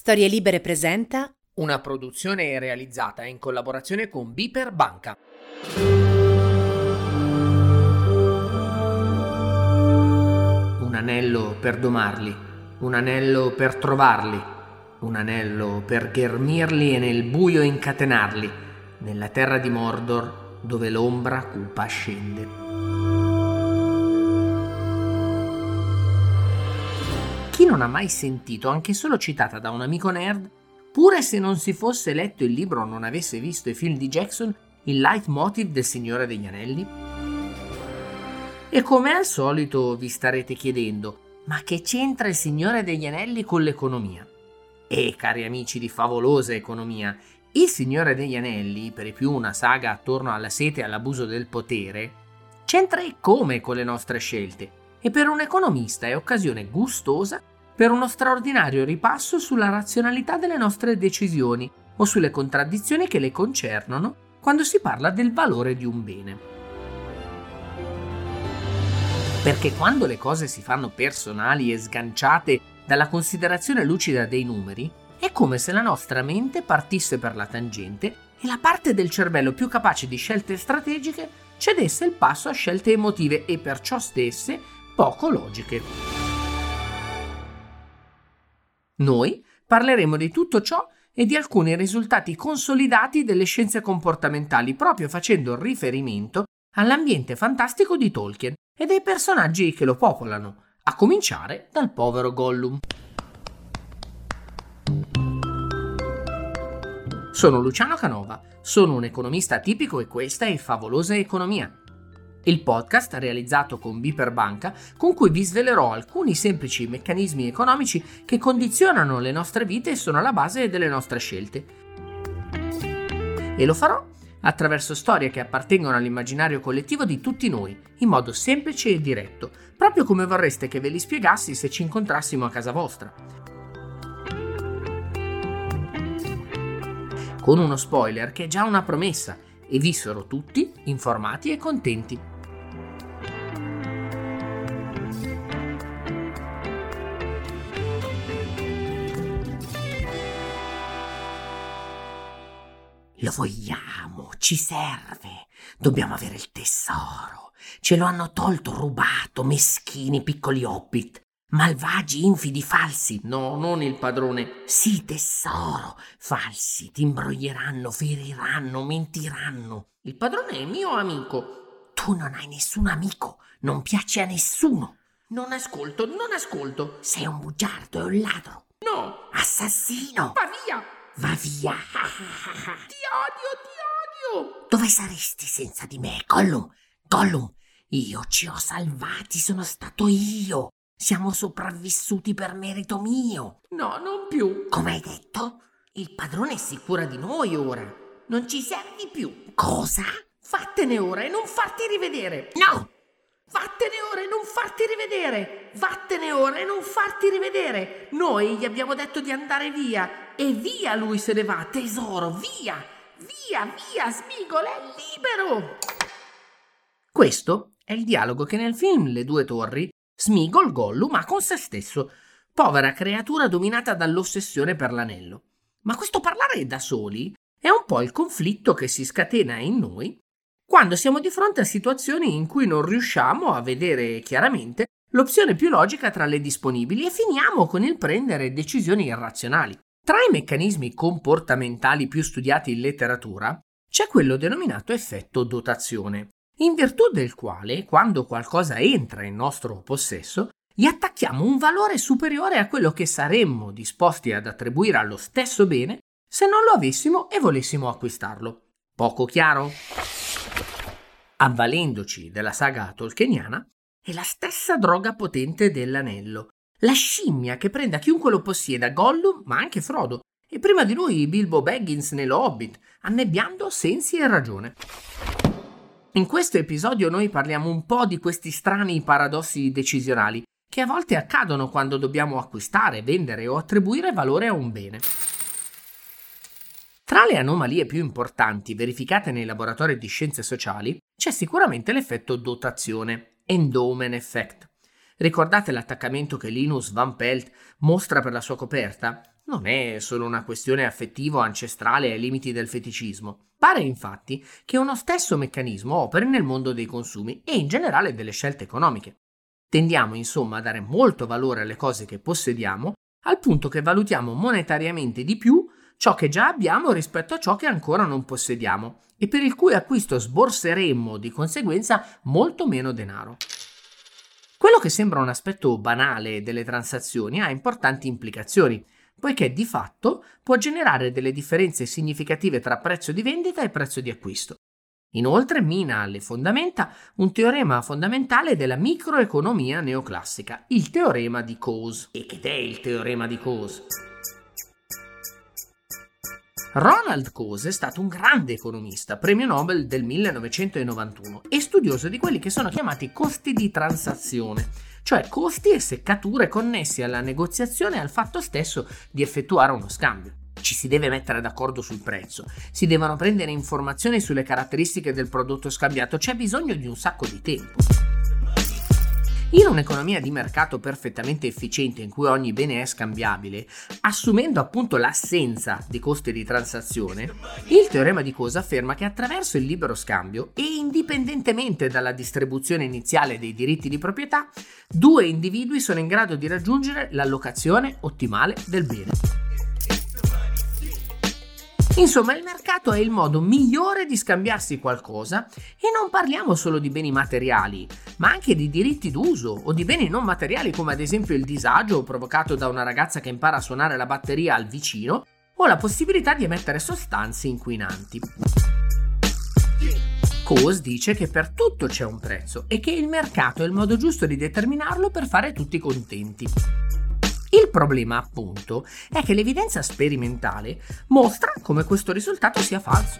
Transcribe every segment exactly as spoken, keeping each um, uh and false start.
Storie Libere presenta una produzione realizzata in collaborazione con Biper Banca. Un anello per domarli, un anello per trovarli, un anello per ghermirli e nel buio incatenarli, nella terra di Mordor dove l'ombra cupa scende. Chi non ha mai sentito, anche solo citata da un amico nerd, pure se non si fosse letto il libro o non avesse visto i film di Jackson, il leitmotiv del Signore degli Anelli? E come al solito vi starete chiedendo, ma che c'entra il Signore degli Anelli con l'economia? E cari amici di Favolosa Economia, il Signore degli Anelli, per di più una saga attorno alla sete e all'abuso del potere, c'entra e come con le nostre scelte, e per un economista è occasione gustosa per uno straordinario ripasso sulla razionalità delle nostre decisioni o sulle contraddizioni che le concernono quando si parla del valore di un bene. Perché quando le cose si fanno personali e sganciate dalla considerazione lucida dei numeri, è come se la nostra mente partisse per la tangente e la parte del cervello più capace di scelte strategiche cedesse il passo a scelte emotive e perciò stesse poco logiche. Noi parleremo di tutto ciò e di alcuni risultati consolidati delle scienze comportamentali, proprio facendo riferimento all'ambiente fantastico di Tolkien e dei personaggi che lo popolano, a cominciare dal povero Gollum. Sono Luciano Canova, sono un economista tipico e questa è Favolosa Economia, il podcast realizzato con Biper Banca con cui vi svelerò alcuni semplici meccanismi economici che condizionano le nostre vite e sono alla base delle nostre scelte. E lo farò attraverso storie che appartengono all'immaginario collettivo di tutti noi, in modo semplice e diretto, proprio come vorreste che ve li spiegassi se ci incontrassimo a casa vostra. Con uno spoiler che è già una promessa, e vissero tutti informati e contenti. Lo vogliamo, ci serve, dobbiamo avere il tesoro. Ce lo hanno tolto, rubato, meschini, piccoli hobbit, malvagi, infidi, falsi. No, non il padrone. Sì, tesoro, falsi, ti imbroglieranno, feriranno, mentiranno. Il padrone è mio amico. Tu non hai nessun amico, non piaci a nessuno. Non ascolto, non ascolto. Sei un bugiardo e un ladro. No. Assassino. Va via. Va via. Ti odio, ti odio. Dove saresti senza di me, Gollum? Gollum, io ci ho salvati, sono stato io. Siamo sopravvissuti per merito mio. No, non più. Come hai detto? Il padrone si cura di noi ora. Non ci servi più. Cosa? Vattene ora e non farti rivedere. No! Vattene ora e non farti rivedere. Vattene ora e non farti rivedere. Noi gli abbiamo detto di andare via. E via lui se ne va, tesoro, via. Via, via, Sméagol è libero. Questo è il dialogo che nel film Le Due Torri Sméagol Gollum ha con se stesso, povera creatura dominata dall'ossessione per l'anello. Ma questo parlare da soli è un po' il conflitto che si scatena in noi quando siamo di fronte a situazioni in cui non riusciamo a vedere chiaramente l'opzione più logica tra le disponibili e finiamo con il prendere decisioni irrazionali. Tra i meccanismi comportamentali più studiati in letteratura c'è quello denominato effetto dotazione, in virtù del quale, quando qualcosa entra in nostro possesso, gli attacchiamo un valore superiore a quello che saremmo disposti ad attribuire allo stesso bene se non lo avessimo e volessimo acquistarlo. Poco chiaro? Avvalendoci della saga tolkieniana, è la stessa droga potente dell'anello, la scimmia che prende a chiunque lo possieda, Gollum, ma anche Frodo, e prima di lui Bilbo Baggins nello Hobbit, annebbiando sensi e ragione. In questo episodio noi parliamo un po' di questi strani paradossi decisionali che a volte accadono quando dobbiamo acquistare, vendere o attribuire valore a un bene. Tra le anomalie più importanti verificate nei laboratori di scienze sociali c'è sicuramente l'effetto dotazione, endowment effect. Ricordate l'attaccamento che Linus Van Pelt mostra per la sua coperta? Non è solo una questione affettivo ancestrale ai limiti del feticismo. Pare infatti che uno stesso meccanismo operi nel mondo dei consumi e in generale delle scelte economiche. Tendiamo insomma a dare molto valore alle cose che possediamo, al punto che valutiamo monetariamente di più ciò che già abbiamo rispetto a ciò che ancora non possediamo e per il cui acquisto sborseremmo di conseguenza molto meno denaro. Quello che sembra un aspetto banale delle transazioni ha importanti implicazioni, poiché di fatto può generare delle differenze significative tra prezzo di vendita e prezzo di acquisto. Inoltre mina alle fondamenta un teorema fondamentale della microeconomia neoclassica, il teorema di Coase. E che è il teorema di Coase? Ronald Coase è stato un grande economista, premio Nobel del millenovecentonovantuno e studioso di quelli che sono chiamati costi di transazione, cioè costi e seccature connessi alla negoziazione e al fatto stesso di effettuare uno scambio. Ci si deve mettere d'accordo sul prezzo, si devono prendere informazioni sulle caratteristiche del prodotto scambiato, c'è bisogno di un sacco di tempo. In un'economia di mercato perfettamente efficiente in cui ogni bene è scambiabile, assumendo appunto l'assenza di costi di transazione, il teorema di Coase afferma che attraverso il libero scambio e indipendentemente dalla distribuzione iniziale dei diritti di proprietà, due individui sono in grado di raggiungere l'allocazione ottimale del bene. Insomma, il mercato è il modo migliore di scambiarsi qualcosa e non parliamo solo di beni materiali, ma anche di diritti d'uso o di beni non materiali come ad esempio il disagio provocato da una ragazza che impara a suonare la batteria al vicino o la possibilità di emettere sostanze inquinanti. Coase dice che per tutto c'è un prezzo e che il mercato è il modo giusto di determinarlo per fare tutti contenti. Il problema, appunto, è che l'evidenza sperimentale mostra come questo risultato sia falso.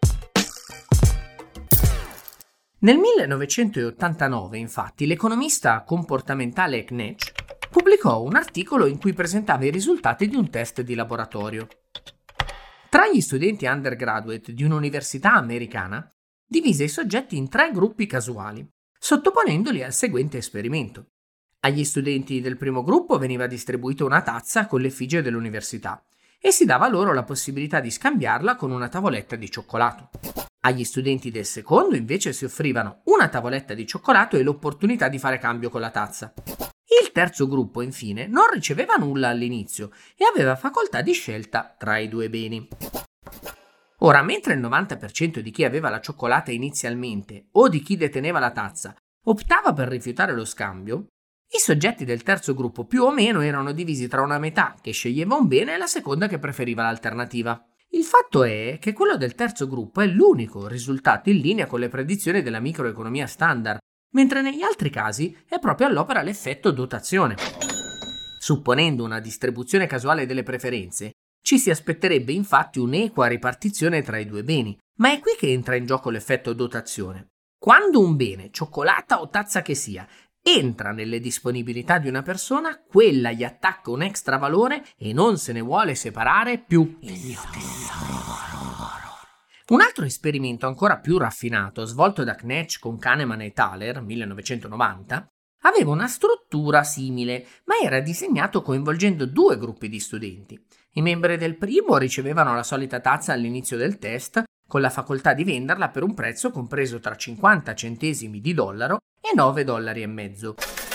Nel millenovecentottantanove, infatti, l'economista comportamentale Knecht pubblicò un articolo in cui presentava i risultati di un test di laboratorio. Tra gli studenti undergraduate di un'università americana, divise i soggetti in tre gruppi casuali, sottoponendoli al seguente esperimento. Agli studenti del primo gruppo veniva distribuita una tazza con l'effigie dell'università e si dava loro la possibilità di scambiarla con una tavoletta di cioccolato. Agli studenti del secondo invece si offrivano una tavoletta di cioccolato e l'opportunità di fare cambio con la tazza. Il terzo gruppo, infine, non riceveva nulla all'inizio e aveva facoltà di scelta tra i due beni. Ora, mentre il novanta per cento di chi aveva la cioccolata inizialmente o di chi deteneva la tazza optava per rifiutare lo scambio, i soggetti del terzo gruppo più o meno erano divisi tra una metà che sceglieva un bene e la seconda che preferiva l'alternativa. Il fatto è che quello del terzo gruppo è l'unico risultato in linea con le predizioni della microeconomia standard, mentre negli altri casi è proprio all'opera l'effetto dotazione. Supponendo una distribuzione casuale delle preferenze, ci si aspetterebbe infatti un'equa ripartizione tra i due beni, ma è qui che entra in gioco l'effetto dotazione. Quando un bene, cioccolata o tazza che sia, entra nelle disponibilità di una persona, quella gli attacca un extra valore e non se ne vuole separare più. Il mio tesoro. Un altro esperimento ancora più raffinato, svolto da Knecht con Kahneman e Thaler, millenovecentonovanta, aveva una struttura simile, ma era disegnato coinvolgendo due gruppi di studenti. I membri del primo ricevevano la solita tazza all'inizio del test, con la facoltà di venderla per un prezzo compreso tra cinquanta centesimi di dollaro e nove dollari e mezzo.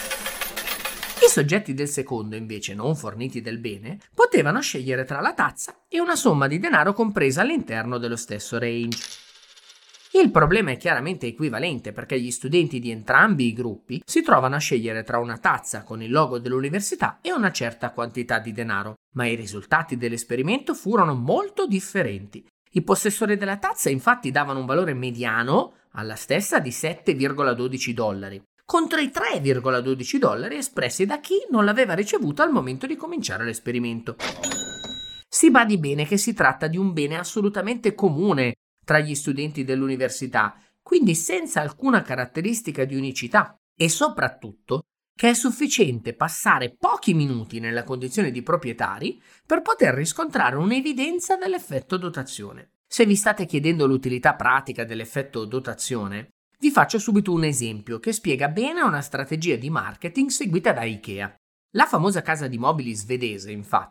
I soggetti del secondo, invece non forniti del bene, potevano scegliere tra la tazza e una somma di denaro compresa all'interno dello stesso range. Il problema è chiaramente equivalente perché gli studenti di entrambi i gruppi si trovano a scegliere tra una tazza con il logo dell'università e una certa quantità di denaro, ma i risultati dell'esperimento furono molto differenti. I possessori della tazza infatti davano un valore mediano alla stessa di sette virgola dodici dollari, contro i tre virgola dodici dollari espressi da chi non l'aveva ricevuto al momento di cominciare l'esperimento. Si badi bene che si tratta di un bene assolutamente comune tra gli studenti dell'università, quindi senza alcuna caratteristica di unicità, e soprattutto che è sufficiente passare pochi minuti nella condizione di proprietari per poter riscontrare un'evidenza dell'effetto dotazione. Se vi state chiedendo l'utilità pratica dell'effetto dotazione, vi faccio subito un esempio che spiega bene una strategia di marketing seguita da IKEA. La famosa casa di mobili svedese, infatti,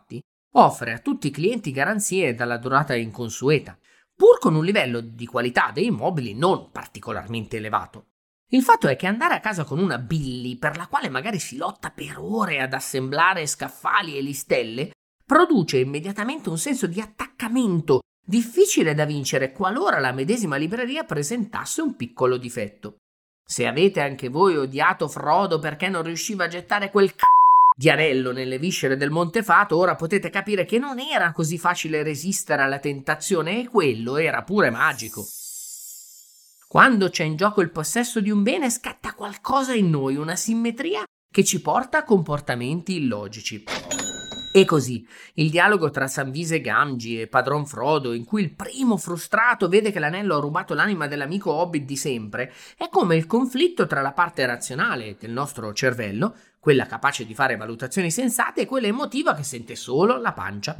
offre a tutti i clienti garanzie dalla durata inconsueta, pur con un livello di qualità dei mobili non particolarmente elevato. Il fatto è che andare a casa con una Billy, per la quale magari si lotta per ore ad assemblare scaffali e listelle, produce immediatamente un senso di attaccamento difficile da vincere qualora la medesima libreria presentasse un piccolo difetto. Se avete anche voi odiato Frodo perché non riusciva a gettare quel c***o di anello nelle viscere del Montefato, ora potete capire che non era così facile resistere alla tentazione e quello era pure magico. Quando c'è in gioco il possesso di un bene scatta qualcosa in noi, una simmetria che ci porta a comportamenti illogici. E così, il dialogo tra Samvise Gamgee e Padron Frodo, in cui il primo frustrato vede che l'anello ha rubato l'anima dell'amico Hobbit di sempre, è come il conflitto tra la parte razionale del nostro cervello, quella capace di fare valutazioni sensate, e quella emotiva che sente solo la pancia.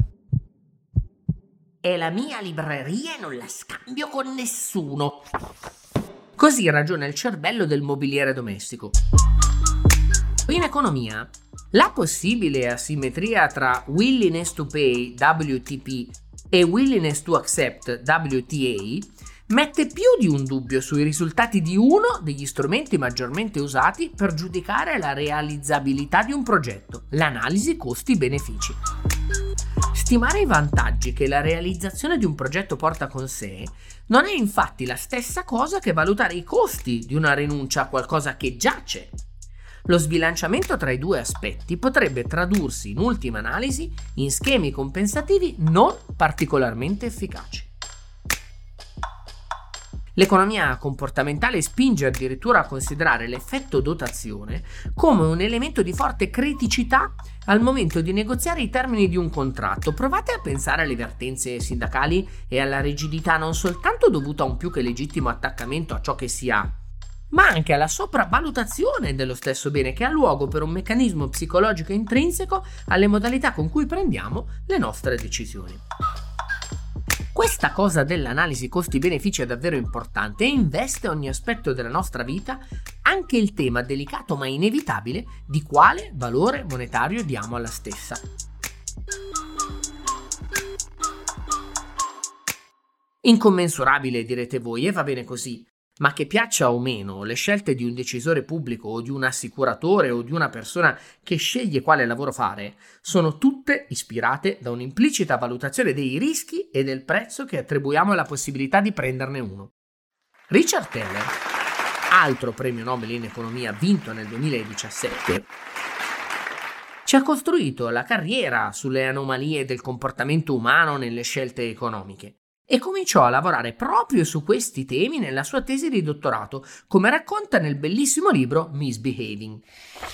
È la mia libreria e non la scambio con nessuno. Così ragiona il cervello del mobiliere domestico. In economia, la possibile asimmetria tra willingness to pay W T P e willingness to accept W T A mette più di un dubbio sui risultati di uno degli strumenti maggiormente usati per giudicare la realizzabilità di un progetto, l'analisi costi-benefici. Stimare i vantaggi che la realizzazione di un progetto porta con sé non è infatti la stessa cosa che valutare i costi di una rinuncia a qualcosa che già c'è. Lo sbilanciamento tra i due aspetti potrebbe tradursi in ultima analisi in schemi compensativi non particolarmente efficaci. L'economia comportamentale spinge addirittura a considerare l'effetto dotazione come un elemento di forte criticità al momento di negoziare i termini di un contratto. Provate a pensare alle vertenze sindacali e alla rigidità non soltanto dovuta a un più che legittimo attaccamento a ciò che si ha, ma anche alla sopravvalutazione dello stesso bene, che ha luogo per un meccanismo psicologico intrinseco alle modalità con cui prendiamo le nostre decisioni. Questa cosa dell'analisi costi-benefici è davvero importante e investe ogni aspetto della nostra vita, anche il tema delicato ma inevitabile di quale valore monetario diamo alla stessa. Incommensurabile, direte voi, e va bene così. Ma che piaccia o meno, le scelte di un decisore pubblico o di un assicuratore o di una persona che sceglie quale lavoro fare sono tutte ispirate da un'implicita valutazione dei rischi e del prezzo che attribuiamo alla possibilità di prenderne uno. Richard Thaler, altro premio Nobel in economia vinto nel duemiladiciassette, ci ha costruito la carriera sulle anomalie del comportamento umano nelle scelte economiche e cominciò a lavorare proprio su questi temi nella sua tesi di dottorato, come racconta nel bellissimo libro Misbehaving.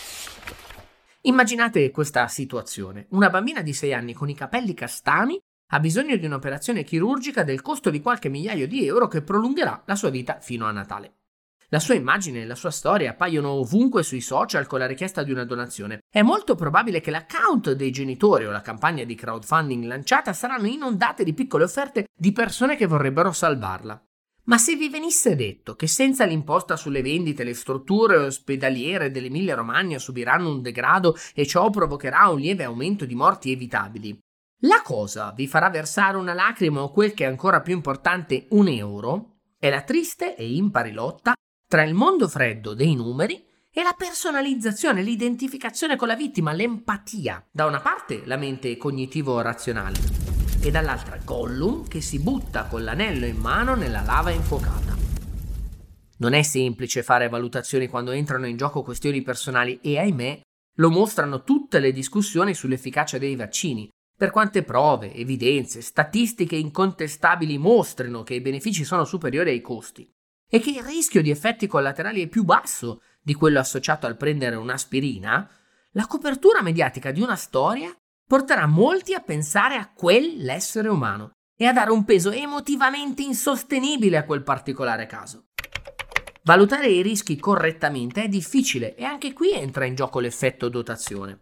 Immaginate questa situazione. Una bambina di sei anni con i capelli castani ha bisogno di un'operazione chirurgica del costo di qualche migliaio di euro che prolungherà la sua vita fino a Natale. La sua immagine e la sua storia appaiono ovunque sui social con la richiesta di una donazione. È molto probabile che l'account dei genitori o la campagna di crowdfunding lanciata saranno inondate di piccole offerte di persone che vorrebbero salvarla. Ma se vi venisse detto che senza l'imposta sulle vendite le strutture ospedaliere dell'Emilia Romagna subiranno un degrado e ciò provocherà un lieve aumento di morti evitabili, la cosa vi farà versare una lacrima o, quel che è ancora più importante, un euro? È la triste e impari lotta tra il mondo freddo dei numeri e la personalizzazione, l'identificazione con la vittima, l'empatia. Da una parte la mente cognitivo-razionale e dall'altra Gollum che si butta con l'anello in mano nella lava infuocata. Non è semplice fare valutazioni quando entrano in gioco questioni personali e, ahimè, lo mostrano tutte le discussioni sull'efficacia dei vaccini. Per quante prove, evidenze, statistiche incontestabili mostrino che i benefici sono superiori ai costi e che il rischio di effetti collaterali è più basso di quello associato al prendere un'aspirina, la copertura mediatica di una storia porterà molti a pensare a quell'essere umano e a dare un peso emotivamente insostenibile a quel particolare caso. Valutare i rischi correttamente è difficile e anche qui entra in gioco l'effetto dotazione.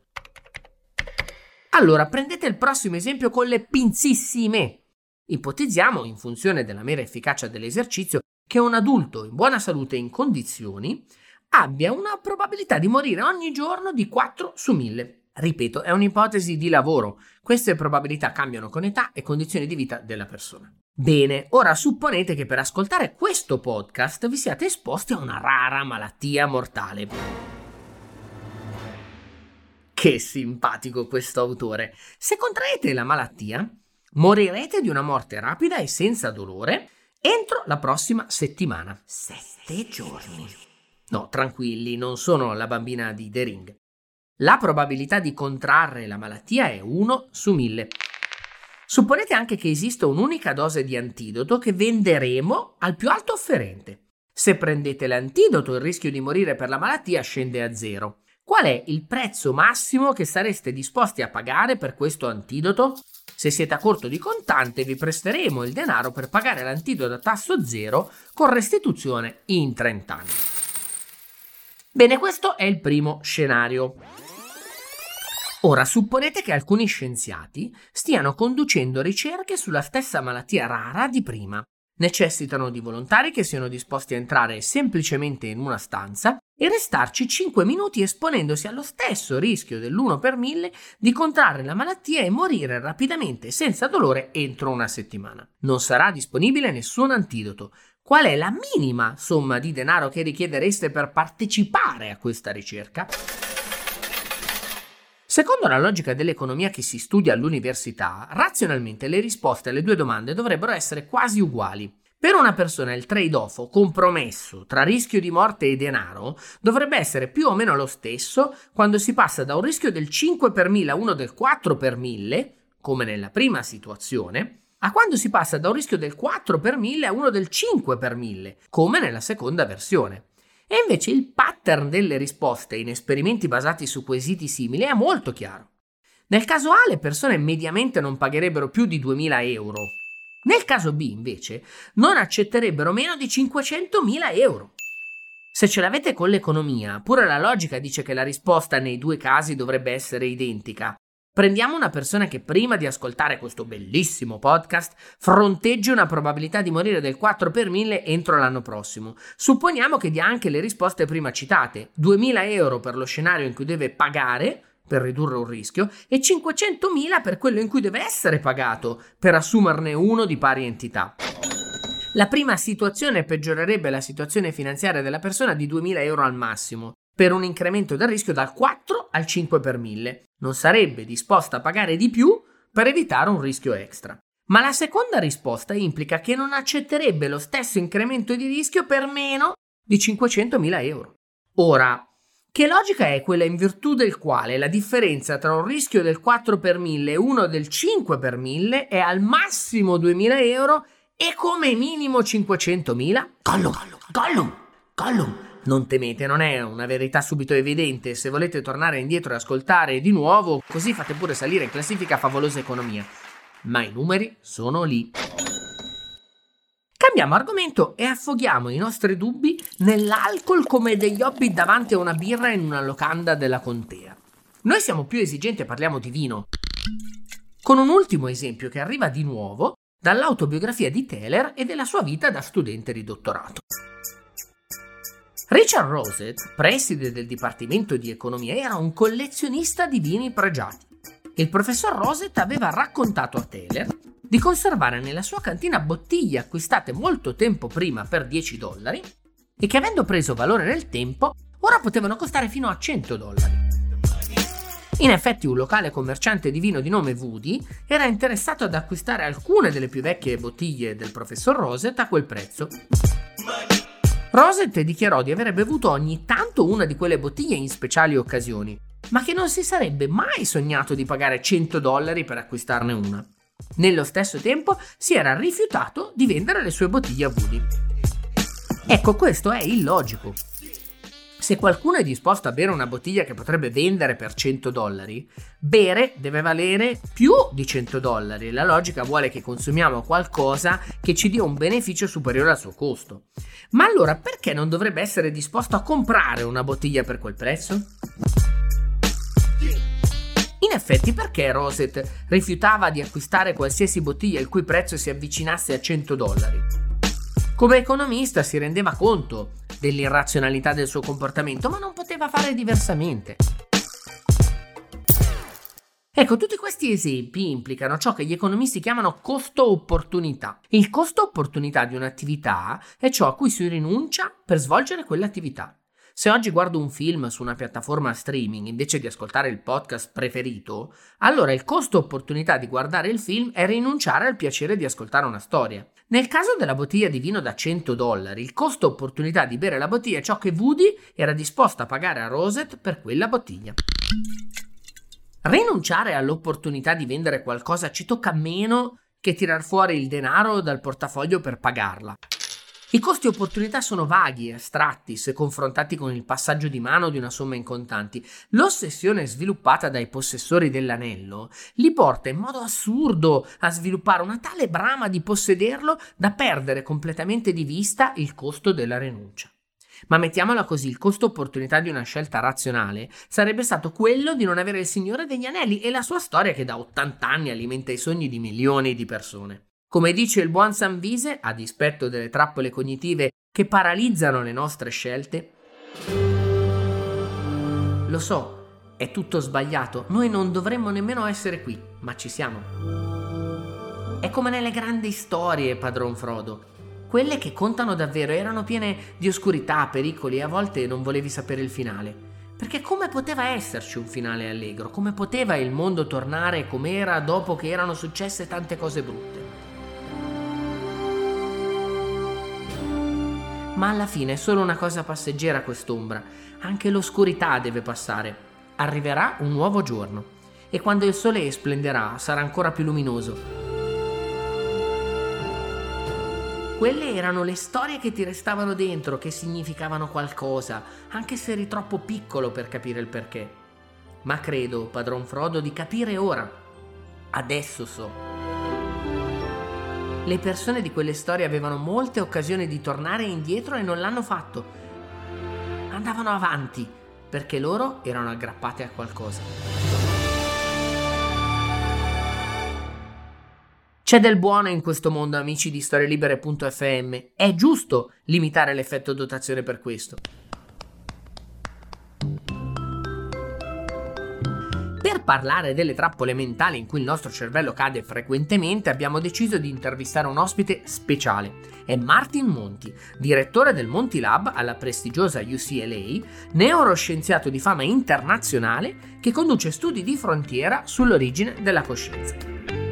Allora, prendete il prossimo esempio con le pinzissime. Ipotizziamo, in funzione della mera efficacia dell'esercizio, che un adulto in buona salute e in condizioni abbia una probabilità di morire ogni giorno di quattro su mille. Ripeto, è un'ipotesi di lavoro. Queste probabilità cambiano con età e condizioni di vita della persona. Bene, ora supponete che per ascoltare questo podcast vi siate esposti a una rara malattia mortale. Che simpatico questo autore! Se contraete la malattia, morirete di una morte rapida e senza dolore entro la prossima settimana. Sette giorni. No, tranquilli, non sono la bambina di The Ring. La probabilità di contrarre la malattia è uno su mille. Supponete anche che esista un'unica dose di antidoto che venderemo al più alto offerente. Se prendete l'antidoto, il rischio di morire per la malattia scende a zero. Qual è il prezzo massimo che sareste disposti a pagare per questo antidoto? Se siete a corto di contante, vi presteremo il denaro per pagare l'antidoto a tasso zero con restituzione in trenta anni. Bene, questo è il primo scenario. Ora, supponete che alcuni scienziati stiano conducendo ricerche sulla stessa malattia rara di prima. Necessitano di volontari che siano disposti a entrare semplicemente in una stanza e restarci cinque minuti esponendosi allo stesso rischio dell'uno per mille di contrarre la malattia e morire rapidamente senza dolore entro una settimana. Non sarà disponibile nessun antidoto. Qual è la minima somma di denaro che richiedereste per partecipare a questa ricerca? Secondo la logica dell'economia che si studia all'università, razionalmente le risposte alle due domande dovrebbero essere quasi uguali. Per una persona il trade-off o compromesso tra rischio di morte e denaro dovrebbe essere più o meno lo stesso quando si passa da un rischio del cinque per mille a uno del quattro per mille, come nella prima situazione, a quando si passa da un rischio del quattro per mille a uno del cinque per mille, come nella seconda versione. E invece il pattern delle risposte in esperimenti basati su quesiti simili è molto chiaro. Nel caso A le persone mediamente non pagherebbero più di duemila euro. Nel caso B invece non accetterebbero meno di cinquecentomila euro. Se ce l'avete con l'economia, pure la logica dice che la risposta nei due casi dovrebbe essere identica. Prendiamo una persona che prima di ascoltare questo bellissimo podcast fronteggia una probabilità di morire del quattro per mille entro l'anno prossimo. Supponiamo che dia anche le risposte prima citate, duemila euro per lo scenario in cui deve pagare per ridurre un rischio e cinquecentomila per quello in cui deve essere pagato per assumerne uno di pari entità. La prima situazione peggiorerebbe la situazione finanziaria della persona di duemila euro al massimo, per un incremento del rischio dal quattro al cinque per mille. Non sarebbe disposta a pagare di più per evitare un rischio extra. Ma la seconda risposta implica che non accetterebbe lo stesso incremento di rischio per meno di cinquecentomila euro. Ora, che logica è quella in virtù del quale la differenza tra un rischio del quattro per mille e uno del cinque per mille è al massimo duemila euro e come minimo cinquecentomila? Gollum, Gollum, Gollum! Non temete, non è una verità subito evidente. Se volete tornare indietro e ascoltare di nuovo, così fate pure salire in classifica Favolosa Economia. Ma i numeri sono lì. Cambiamo argomento e affoghiamo i nostri dubbi nell'alcol come degli hobbit davanti a una birra in una locanda della contea. Noi siamo più esigenti e parliamo di vino. Con un ultimo esempio che arriva di nuovo dall'autobiografia di Thaler e della sua vita da studente di dottorato. Richard Rosett, preside del Dipartimento di Economia, era un collezionista di vini pregiati. Il professor Rosett aveva raccontato a Thaler di conservare nella sua cantina bottiglie acquistate molto tempo prima per dieci dollari e che, avendo preso valore nel tempo, ora potevano costare fino a cento dollari. In effetti un locale commerciante di vino di nome Woody era interessato ad acquistare alcune delle più vecchie bottiglie del professor Rosett a quel prezzo. Rosett dichiarò di aver bevuto ogni tanto una di quelle bottiglie in speciali occasioni, ma che non si sarebbe mai sognato di pagare cento dollari per acquistarne una. Nello stesso tempo si era rifiutato di vendere le sue bottiglie a Woody. Ecco, questo è illogico. Se qualcuno è disposto a bere una bottiglia che potrebbe vendere per cento dollari, bere deve valere più di cento dollari. La logica vuole che consumiamo qualcosa che ci dia un beneficio superiore al suo costo. Ma allora perché non dovrebbe essere disposto a comprare una bottiglia per quel prezzo? In effetti, perché Rosett rifiutava di acquistare qualsiasi bottiglia il cui prezzo si avvicinasse a cento dollari? Come economista si rendeva conto dell'irrazionalità del suo comportamento, ma non poteva fare diversamente. Ecco, tutti questi esempi implicano ciò che gli economisti chiamano costo-opportunità. Il costo-opportunità di un'attività è ciò a cui si rinuncia per svolgere quell'attività. Se oggi guardo un film su una piattaforma streaming invece di ascoltare il podcast preferito, allora il costo-opportunità di guardare il film è rinunciare al piacere di ascoltare una storia. Nel caso della bottiglia di vino da cento dollari, il costo-opportunità di bere la bottiglia è ciò che Woody era disposto a pagare a Rosette per quella bottiglia. Rinunciare all'opportunità di vendere qualcosa ci tocca meno che tirar fuori il denaro dal portafoglio per pagarla. I costi opportunità sono vaghi e astratti se confrontati con il passaggio di mano di una somma in contanti. L'ossessione sviluppata dai possessori dell'anello li porta in modo assurdo a sviluppare una tale brama di possederlo da perdere completamente di vista il costo della rinuncia. Ma mettiamola così, il costo opportunità di una scelta razionale sarebbe stato quello di non avere il Signore degli Anelli e la sua storia che da ottanta anni alimenta i sogni di milioni di persone. Come dice il buon Sanvise, a dispetto delle trappole cognitive che paralizzano le nostre scelte, lo so, è tutto sbagliato, noi non dovremmo nemmeno essere qui, ma ci siamo. È come nelle grandi storie, padron Frodo. Quelle che contano davvero erano piene di oscurità, pericoli e a volte non volevi sapere il finale. Perché come poteva esserci un finale allegro? Come poteva il mondo tornare com'era dopo che erano successe tante cose brutte? Ma alla fine è solo una cosa passeggera quest'ombra. Anche l'oscurità deve passare. Arriverà un nuovo giorno e quando il sole splenderà sarà ancora più luminoso. Quelle erano le storie che ti restavano dentro, che significavano qualcosa, anche se eri troppo piccolo per capire il perché. Ma credo, padron Frodo, di capire ora. Adesso so. Le persone di quelle storie avevano molte occasioni di tornare indietro e non l'hanno fatto. Andavano avanti, perché loro erano aggrappate a qualcosa. C'è del buono in questo mondo, amici di storielibere punto effe emme. È giusto limitare l'effetto dotazione per questo. Per parlare delle trappole mentali in cui il nostro cervello cade frequentemente, abbiamo deciso di intervistare un ospite speciale. È Martin Monti, direttore del Monti Lab alla prestigiosa U C L A, neuroscienziato di fama internazionale che conduce studi di frontiera sull'origine della coscienza.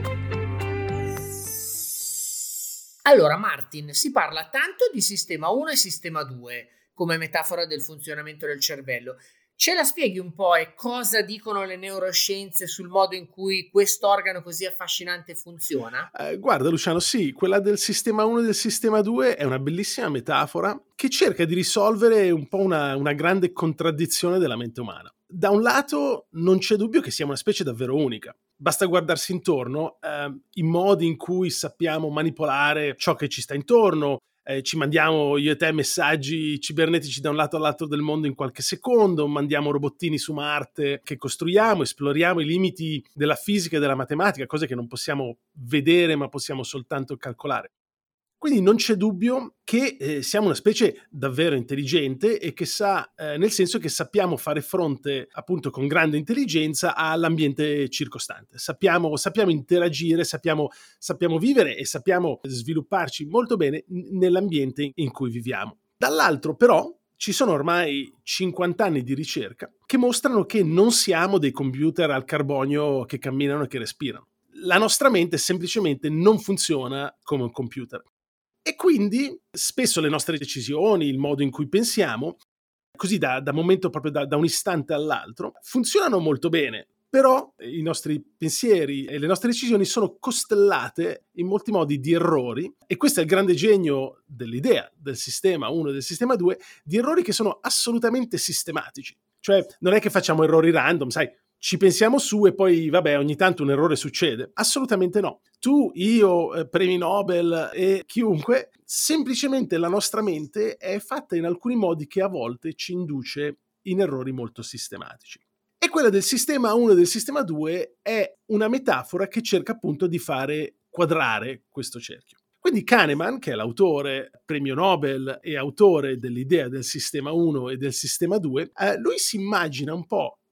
Allora, Martin, si parla tanto di sistema uno e sistema due come metafora del funzionamento del cervello. Ce la spieghi un po' e cosa dicono le neuroscienze sul modo in cui questo organo così affascinante funziona? Eh, guarda Luciano, sì, quella del sistema uno e del sistema due è una bellissima metafora che cerca di risolvere un po' una, una grande contraddizione della mente umana. Da un lato non c'è dubbio che sia una specie davvero unica. Basta guardarsi intorno, eh, i modi in cui sappiamo manipolare ciò che ci sta intorno, eh, ci mandiamo io e te messaggi cibernetici da un lato all'altro del mondo in qualche secondo, mandiamo robottini su Marte che costruiamo, esploriamo i limiti della fisica e della matematica, cose che non possiamo vedere ma possiamo soltanto calcolare. Quindi non c'è dubbio che eh, siamo una specie davvero intelligente e che sa, eh, nel senso che sappiamo fare fronte appunto con grande intelligenza all'ambiente circostante. Sappiamo, sappiamo interagire, sappiamo, sappiamo vivere e sappiamo svilupparci molto bene n- nell'ambiente in cui viviamo. Dall'altro però ci sono ormai cinquanta anni di ricerca che mostrano che non siamo dei computer al carbonio che camminano e che respirano. La nostra mente semplicemente non funziona come un computer. E quindi spesso le nostre decisioni, il modo in cui pensiamo, così da, da momento proprio da, da un istante all'altro, funzionano molto bene, però i nostri pensieri e le nostre decisioni sono costellate in molti modi di errori, e questo è il grande genio dell'idea del sistema uno e del sistema due, di errori che sono assolutamente sistematici. Cioè non è che facciamo errori random, sai, ci pensiamo su e poi, vabbè, ogni tanto un errore succede. Assolutamente no. Tu, io, eh, premi Nobel e chiunque, semplicemente la nostra mente è fatta in alcuni modi che a volte ci induce in errori molto sistematici. E quella del sistema uno e del sistema due è una metafora che cerca appunto di fare quadrare questo cerchio. Quindi Kahneman, che è l'autore, premio Nobel e autore dell'idea del sistema uno e del sistema due, eh, lui si immagina un po'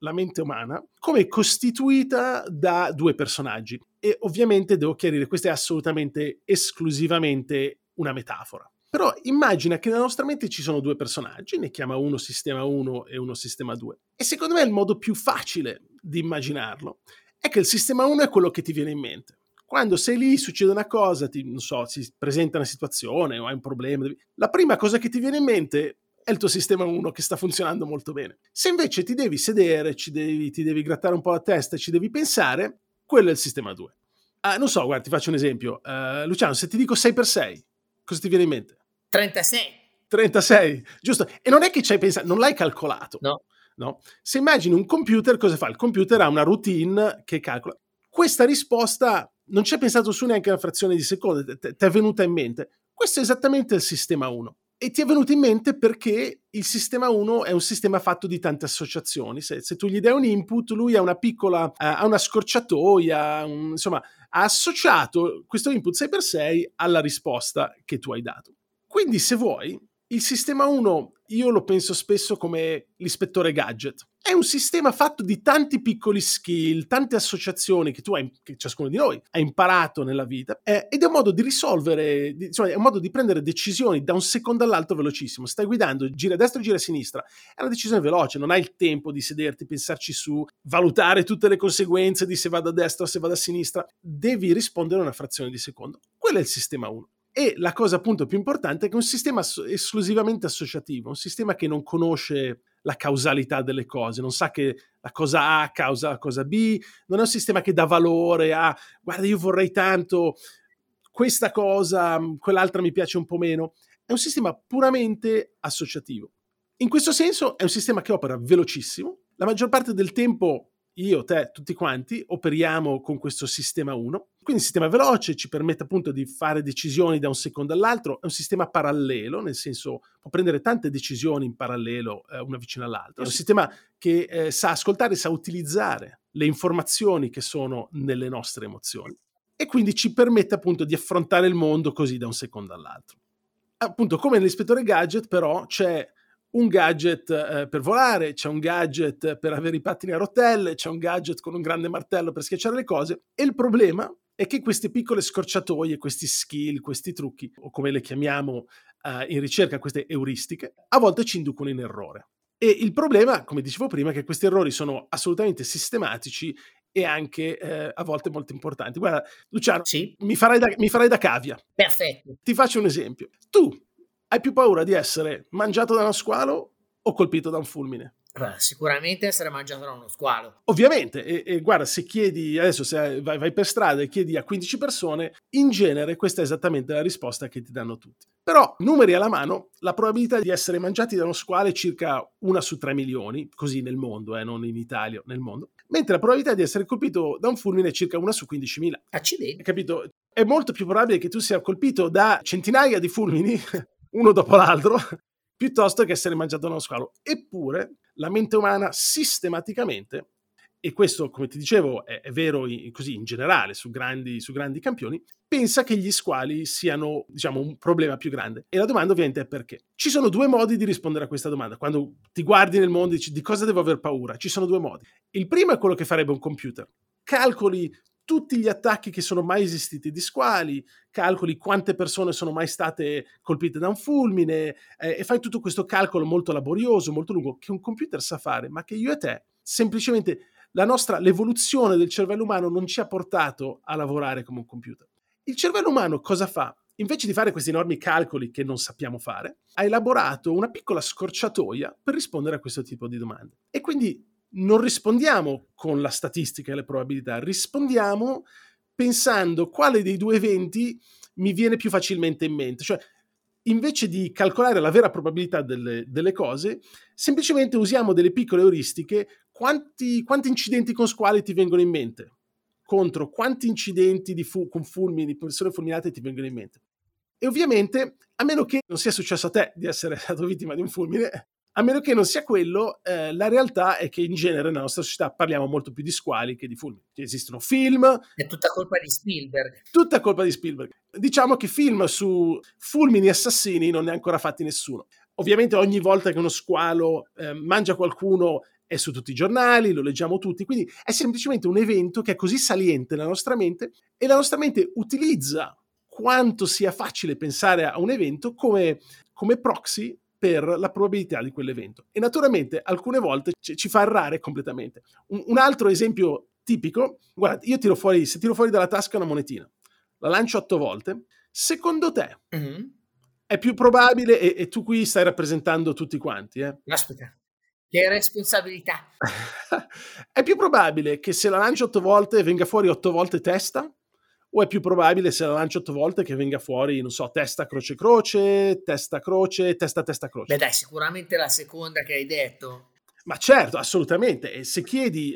la mente umana come costituita da due personaggi. E ovviamente devo chiarire, questa è assolutamente esclusivamente una metafora. Però immagina che nella nostra mente ci sono due personaggi, ne chiama uno sistema uno e uno sistema due. E secondo me il modo più facile di immaginarlo è che il sistema uno è quello che ti viene in mente. Quando sei lì, succede una cosa, ti, non so, si presenta una situazione o hai un problema, la prima cosa che ti viene in mente è il tuo sistema uno che sta funzionando molto bene. Se invece ti devi sedere, ci devi, ti devi grattare un po' la testa e ci devi pensare, quello è il sistema due. Uh, non so, guarda, ti faccio un esempio. Uh, Luciano, se ti dico sei per sei, cosa ti viene in mente? trentasei. trentasei, giusto? E non è che ci hai pensato, non l'hai calcolato. No. No? Se immagini un computer, cosa fa? Il computer ha una routine che calcola. Questa risposta non ci hai pensato su neanche una frazione di secondo, ti è venuta in mente. Questo è esattamente il sistema uno. E ti è venuto in mente perché il sistema uno è un sistema fatto di tante associazioni. Se, se tu gli dai un input, lui ha una piccola, uh, ha una scorciatoia, un, insomma, ha associato questo input sei per sei alla risposta che tu hai dato. Quindi, se vuoi, il sistema uno io lo penso spesso come l'ispettore gadget. È un sistema fatto di tanti piccoli skill, tante associazioni che tu hai, che ciascuno di noi ha imparato nella vita, eh, ed è un modo di risolvere, di, insomma, è un modo di prendere decisioni da un secondo all'altro velocissimo. Stai guidando, gira a destra o gira a sinistra, è una decisione veloce, non hai il tempo di sederti, pensarci su, valutare tutte le conseguenze di se vado a destra o se vado a sinistra. Devi rispondere a una frazione di secondo. Quello è il sistema uno. E la cosa appunto più importante è che è un sistema esclusivamente associativo, un sistema che non conosce la causalità delle cose, non sa che la cosa A causa la cosa B, non è un sistema che dà valore a guarda io vorrei tanto questa cosa, quell'altra mi piace un po' meno, è un sistema puramente associativo. In questo senso è un sistema che opera velocissimo, la maggior parte del tempo io, te, tutti quanti operiamo con questo sistema uno, quindi il sistema veloce ci permette appunto di fare decisioni da un secondo all'altro, è un sistema parallelo, nel senso può prendere tante decisioni in parallelo eh, una vicino all'altra, è un sistema che eh, sa ascoltare, sa utilizzare le informazioni che sono nelle nostre emozioni e quindi ci permette appunto di affrontare il mondo così da un secondo all'altro. Appunto come nell'ispettore gadget però c'è un gadget eh, per volare, c'è un gadget per avere i pattini a rotelle, c'è un gadget con un grande martello per schiacciare le cose e il problema è che queste piccole scorciatoie, questi skill, questi trucchi, o come le chiamiamo eh, in ricerca, queste euristiche, a volte ci inducono in errore. E il problema, come dicevo prima, è che questi errori sono assolutamente sistematici e anche eh, a volte molto importanti. Guarda, Luciano, sì? mi, farai da, mi farai da cavia. Perfetto. Ti faccio un esempio. Tu hai più paura di essere mangiato da uno squalo o colpito da un fulmine? Beh, sicuramente essere mangiato da uno squalo. Ovviamente, e, e guarda, se chiedi, adesso se vai, vai per strada e chiedi a quindici persone, in genere questa è esattamente la risposta che ti danno tutti. Però, numeri alla mano, la probabilità di essere mangiati da uno squalo è circa una su tre milioni, così nel mondo, eh, non in Italia, nel mondo, mentre la probabilità di essere colpito da un fulmine è circa una su quindicimila. Accidenti. Capito? È molto più probabile che tu sia colpito da centinaia di fulmini uno dopo l'altro, piuttosto che essere mangiato da uno squalo. Eppure la mente umana sistematicamente, e questo come ti dicevo è, è vero in, così in generale su grandi, su grandi campioni, pensa che gli squali siano, diciamo, un problema più grande. E la domanda ovviamente è perché. Ci sono due modi di rispondere a questa domanda. Quando ti guardi nel mondo e dici di cosa devo aver paura, ci sono due modi. Il primo è quello che farebbe un computer. Calcoli tutti gli attacchi che sono mai esistiti di squali, calcoli quante persone sono mai state colpite da un fulmine eh, e fai tutto questo calcolo molto laborioso, molto lungo, che un computer sa fare, ma che io e te, semplicemente la nostra, l'evoluzione del cervello umano non ci ha portato a lavorare come un computer. Il cervello umano cosa fa? Invece di fare questi enormi calcoli che non sappiamo fare, ha elaborato una piccola scorciatoia per rispondere a questo tipo di domande. E quindi non rispondiamo con la statistica e le probabilità, rispondiamo pensando quale dei due eventi mi viene più facilmente in mente. Cioè, invece di calcolare la vera probabilità delle, delle cose, semplicemente usiamo delle piccole euristiche. Quanti, quanti incidenti con squali ti vengono in mente? Contro quanti incidenti di fu- con fulmini, persone fulminate ti vengono in mente? E ovviamente, a meno che non sia successo a te di essere stato vittima di un fulmine, a meno che non sia quello, eh, la realtà è che in genere nella nostra società parliamo molto più di squali che di fulmini. Esistono film. È tutta colpa di Spielberg. Tutta colpa di Spielberg. Diciamo che film su fulmini assassini non ne ha ancora fatti nessuno. Ovviamente ogni volta che uno squalo eh, mangia qualcuno è su tutti i giornali, lo leggiamo tutti, quindi è semplicemente un evento che è così saliente nella nostra mente e la nostra mente utilizza quanto sia facile pensare a un evento come, come proxy per la probabilità di quell'evento. E naturalmente alcune volte ci, ci fa errare completamente. Un, un altro esempio tipico, guarda, io tiro fuori, se tiro fuori dalla tasca una monetina, la lancio otto volte, secondo te mm-hmm. è più probabile, e, e tu qui stai rappresentando tutti quanti, eh? Aspetta, che responsabilità! È più probabile che se la lancio otto volte venga fuori otto volte testa? O è più probabile se la lancio otto volte che venga fuori, non so, testa, croce, croce, testa, croce, testa, testa, croce? Beh dai, sicuramente la seconda che hai detto. Ma certo, assolutamente. E se chiedi,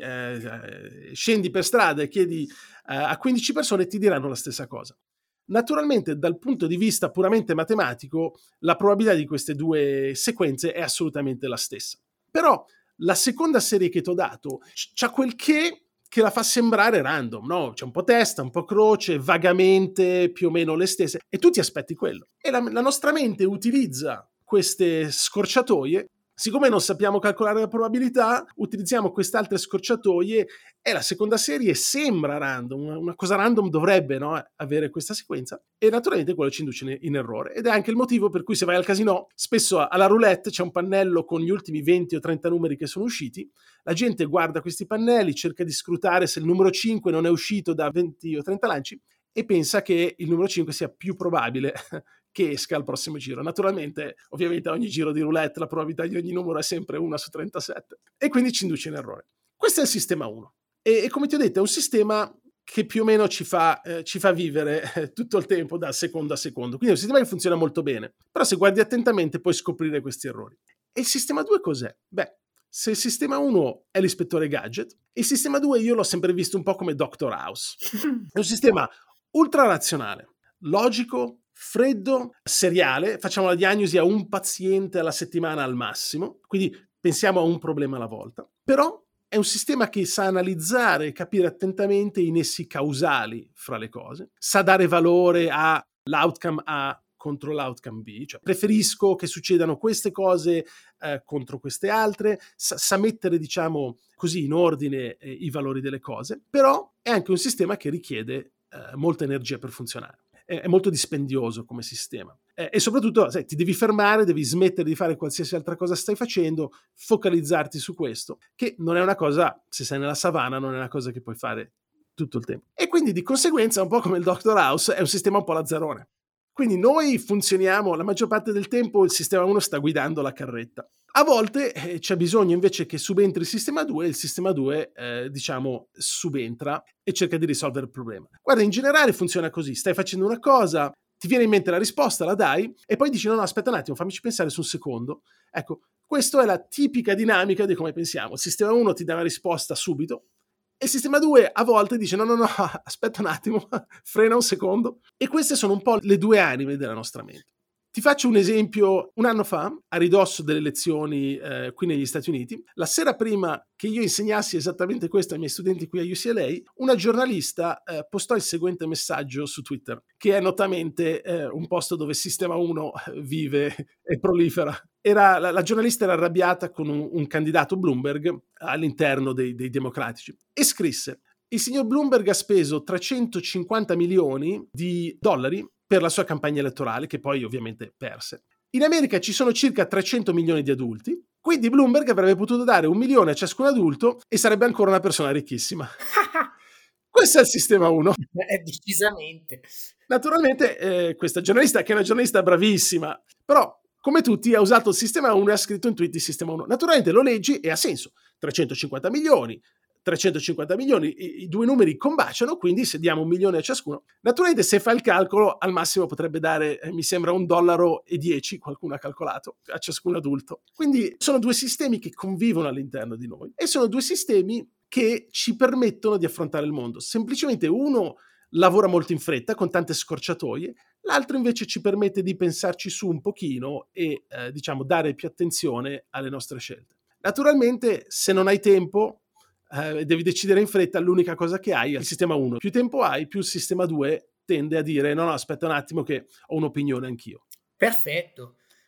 eh, scendi per strada e chiedi eh, a quindici persone, ti diranno la stessa cosa. Naturalmente, dal punto di vista puramente matematico, la probabilità di queste due sequenze è assolutamente la stessa. Però la seconda serie che ti ho dato c'ha quel che che la fa sembrare random, no? C'è un po' testa, un po' croce, vagamente più o meno le stesse, e tu ti aspetti quello. E la, la nostra mente utilizza queste scorciatoie. Siccome non sappiamo calcolare la probabilità, utilizziamo queste altre scorciatoie e la seconda serie sembra random, una cosa random dovrebbe, no, avere questa sequenza, e naturalmente quello ci induce in, in errore. Ed è anche il motivo per cui se vai al casino, spesso alla roulette c'è un pannello con gli ultimi venti o trenta numeri che sono usciti, la gente guarda questi pannelli, cerca di scrutare se il numero cinque non è uscito da venti o trenta lanci e pensa che il numero cinque sia più probabile che esca al prossimo giro. Naturalmente, ovviamente a ogni giro di roulette la probabilità di ogni numero è sempre una su trentasette e quindi ci induce in errore. Questo è il sistema uno e, e come ti ho detto è un sistema che più o meno ci fa, eh, ci fa vivere eh, tutto il tempo da secondo a secondo, quindi è un sistema che funziona molto bene, però se guardi attentamente puoi scoprire questi errori. E il sistema due cos'è? Beh, se il sistema uno è l'ispettore Gadget, il sistema due io l'ho sempre visto un po' come Doctor House. È un sistema ultra razionale, logico, freddo, seriale, facciamo la diagnosi a un paziente alla settimana al massimo, quindi pensiamo a un problema alla volta, però è un sistema che sa analizzare e capire attentamente i nessi causali fra le cose, sa dare valore all'outcome A contro l'outcome B, cioè preferisco che succedano queste cose eh, contro queste altre, sa, sa mettere, diciamo così, in ordine eh, i valori delle cose, però è anche un sistema che richiede eh, molta energia per funzionare. È, è molto dispendioso come sistema. Eh, e soprattutto sai, ti devi fermare, devi smettere di fare qualsiasi altra cosa stai facendo, focalizzarti su questo, che non è una cosa, se sei nella savana, non è una cosa che puoi fare tutto il tempo. E quindi di conseguenza, un po' come il Doctor House, è un sistema un po' lazzarone. Quindi noi funzioniamo, la maggior parte del tempo il sistema uno sta guidando la carretta. A volte eh, c'è bisogno invece che subentri il sistema due, e il sistema due eh, diciamo subentra e cerca di risolvere il problema. Guarda, in generale funziona così, stai facendo una cosa, ti viene in mente la risposta, la dai e poi dici no no aspetta un attimo, fammici pensare su un secondo. Ecco, questa è la tipica dinamica di come pensiamo. Il sistema uno ti dà una risposta subito, e il sistema due a volte dice no no no aspetta un attimo, frena un secondo, e queste sono un po' le due anime della nostra mente. Ti faccio un esempio. Un anno fa, a ridosso delle elezioni eh, qui negli Stati Uniti, la sera prima che io insegnassi esattamente questo ai miei studenti qui a U C L A, una giornalista eh, postò il seguente messaggio su Twitter, che è notamente eh, un posto dove Sistema uno vive e prolifera. Era, la, la giornalista era arrabbiata con un, un candidato Bloomberg all'interno dei, dei democratici e scrisse: il signor Bloomberg ha speso trecentocinquanta milioni di dollari per la sua campagna elettorale, che poi ovviamente perse. In America ci sono circa trecento milioni di adulti, quindi Bloomberg avrebbe potuto dare un milione a ciascun adulto e sarebbe ancora una persona ricchissima. Questo è il sistema uno. Eh, decisamente. Naturalmente eh, questa giornalista, che è una giornalista bravissima, però come tutti ha usato il sistema uno e ha scritto in tweet il sistema uno. Naturalmente lo leggi e ha senso. trecentocinquanta milioni, trecentocinquanta milioni, i, i due numeri combaciano, quindi se diamo un milione a ciascuno, naturalmente se fa il calcolo al massimo potrebbe dare, eh, mi sembra, un dollaro e dieci, qualcuno ha calcolato, a ciascun adulto. Quindi sono due sistemi che convivono all'interno di noi e sono due sistemi che ci permettono di affrontare il mondo. Semplicemente uno lavora molto in fretta con tante scorciatoie, l'altro invece ci permette di pensarci su un pochino e eh, diciamo dare più attenzione alle nostre scelte. Naturalmente se non hai tempo eh, devi decidere in fretta, l'unica cosa che hai è il sistema uno. Più tempo hai, più il sistema due tende a dire no no aspetta un attimo che ho un'opinione anch'io. Perfetto.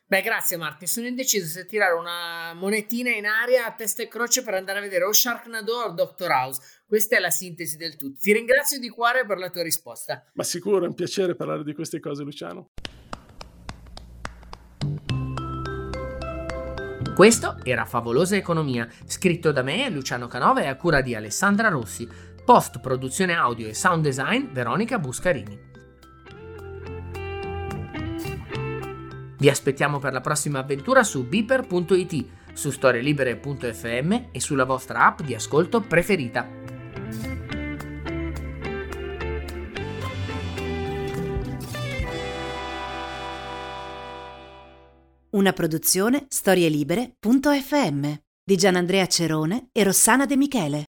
Beh, grazie Marti, sono indeciso se tirare una monetina in aria a testa e croce per andare a vedere o Sharknado o doctor House. Questa è la sintesi del tutto. Ti ringrazio di cuore per la tua risposta. Ma sicuro, è un piacere parlare di queste cose, Luciano. Questo era Favolosa Economia, scritto da me, Luciano Canova, e a cura di Alessandra Rossi. Post produzione audio e sound design Veronica Buscarini. Vi aspettiamo per la prossima avventura su beeper punto it, su storielibere punto effe emme e sulla vostra app di ascolto preferita. Una produzione storielibere punto effe emme di Gianandrea Cerone e Rossana De Michele.